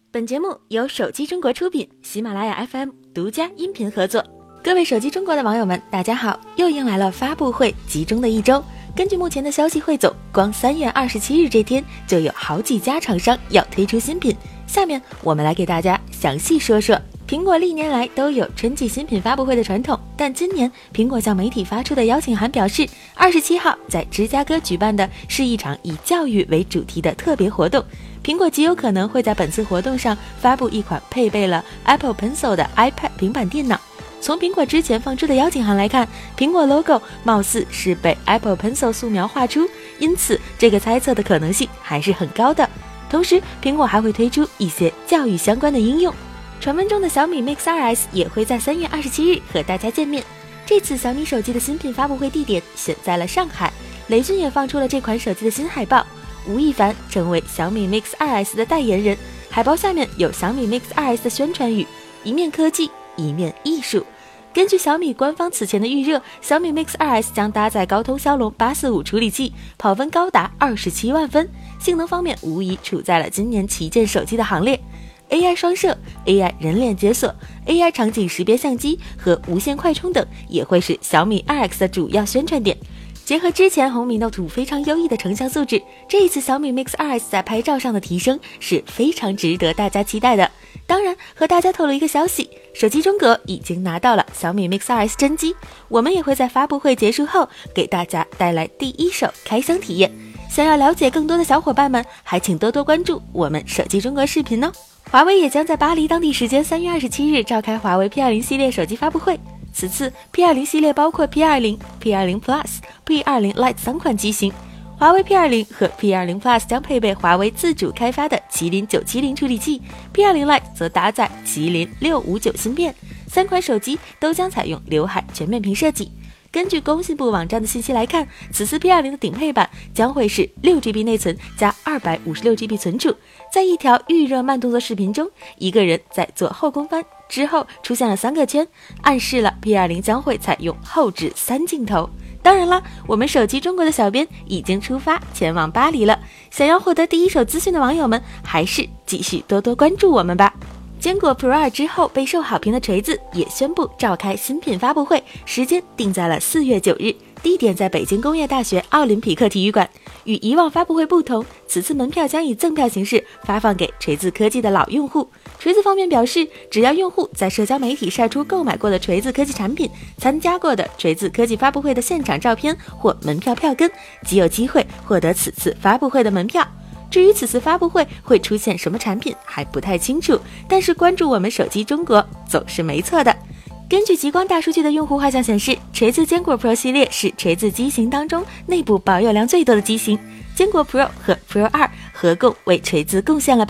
本节目由手机中国出品，喜马拉雅 FM 独家音频合作。各位手机中国的网友们，大家好！又迎来了发布会集中的一周。根据目前的消息汇总，光3月27日这天就有好几家厂商要推出新品。下面我们来给大家详细说说。苹果历年来都有春季新品发布会的传统，但今年苹果向媒体发出的邀请函表示，27号在芝加哥举办的是一场以教育为主题的特别活动。苹果极有可能会在本次活动上发布一款配备了 Apple Pencil 的 iPad 平板电脑。从苹果之前放出的邀请函来看，苹果 logo 貌似是被 Apple Pencil 素描画出，因此这个猜测的可能性还是很高的。同时，苹果还会推出一些教育相关的应用。传闻中的小米 Mix RS 也会在3月27日和大家见面。这次小米手机的新品发布会地点选在了上海，雷军也放出了这款手机的新海报，吴亦凡成为小米 Mix RS 的代言人。海报下面有小米 Mix RS 的宣传语：一面科技，一面艺术。根据小米官方此前的预热，小米 Mix RS 将搭载高通骁龙845处理器，跑分高达27万分，性能方面无疑处在了今年旗舰手机的行列。AI 双摄、AI 人脸解锁、AI 场景识别相机和无线快充等也会是小米 2X 的主要宣传点。结合之前红米 Note 5非常优异的成像素质，这一次小米 Mix RS 在拍照上的提升是非常值得大家期待的。当然，和大家透露一个消息，手机中国已经拿到了小米 Mix RS 真机，我们也会在发布会结束后给大家带来第一手开箱体验。想要了解更多的小伙伴们，还请多多关注我们手机中国视频哦。华为也将在巴黎当地时间3月27日召开华为 P20 系列手机发布会。此次 P20 系列包括 P20、P20 Plus、P20 Lite 3款机型。华为 P20 和 P20 Plus 将配备华为自主开发的麒麟970处理器， P20 Lite 则搭载麒麟659芯片。3款手机都将采用刘海全面屏设计。根据工信部网站的信息来看，此次 P20 的顶配版将会是 6GB 内存加 256GB 存储。在一条预热慢动作视频中，一个人在做后空翻之后出现了3个圈，暗示了 P20 将会采用后置3镜头。当然了，我们手机中国的小编已经出发前往巴黎了，想要获得第一手资讯的网友们，还是继续多多关注我们吧。坚果 Pro 2之后备受好评的锤子也宣布召开新品发布会，时间定在了4月9日，地点在北京工业大学奥林匹克体育馆。与以往发布会不同，此次门票将以赠票形式发放给锤子科技的老用户。锤子方面表示，只要用户在社交媒体晒出购买过的锤子科技产品、参加过的锤子科技发布会的现场照片或门票票根，即有机会获得此次发布会的门票。至于此次发布会会出现什么产品还不太清楚，但是关注我们手机中国总是没错的。根据极光大数据的用户画像显示，锤子坚果 Pro 系列是锤子机型当中内部保有量最多的机型，坚果 Pro 和 Pro 2合共为锤子贡献了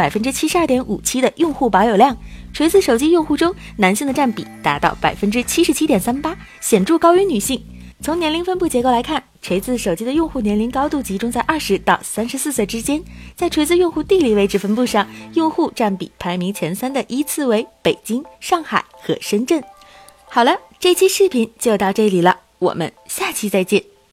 72.57% 的用户保有量。锤子手机用户中男性的占比达到 77.38%， 显著高于女性。从年龄分布结构来看，锤子手机的用户年龄高度集中在20到34岁之间。在锤子用户地理位置分布上，用户占比排名前3的依次为北京、上海和深圳。好了，这期视频就到这里了，我们下期再见。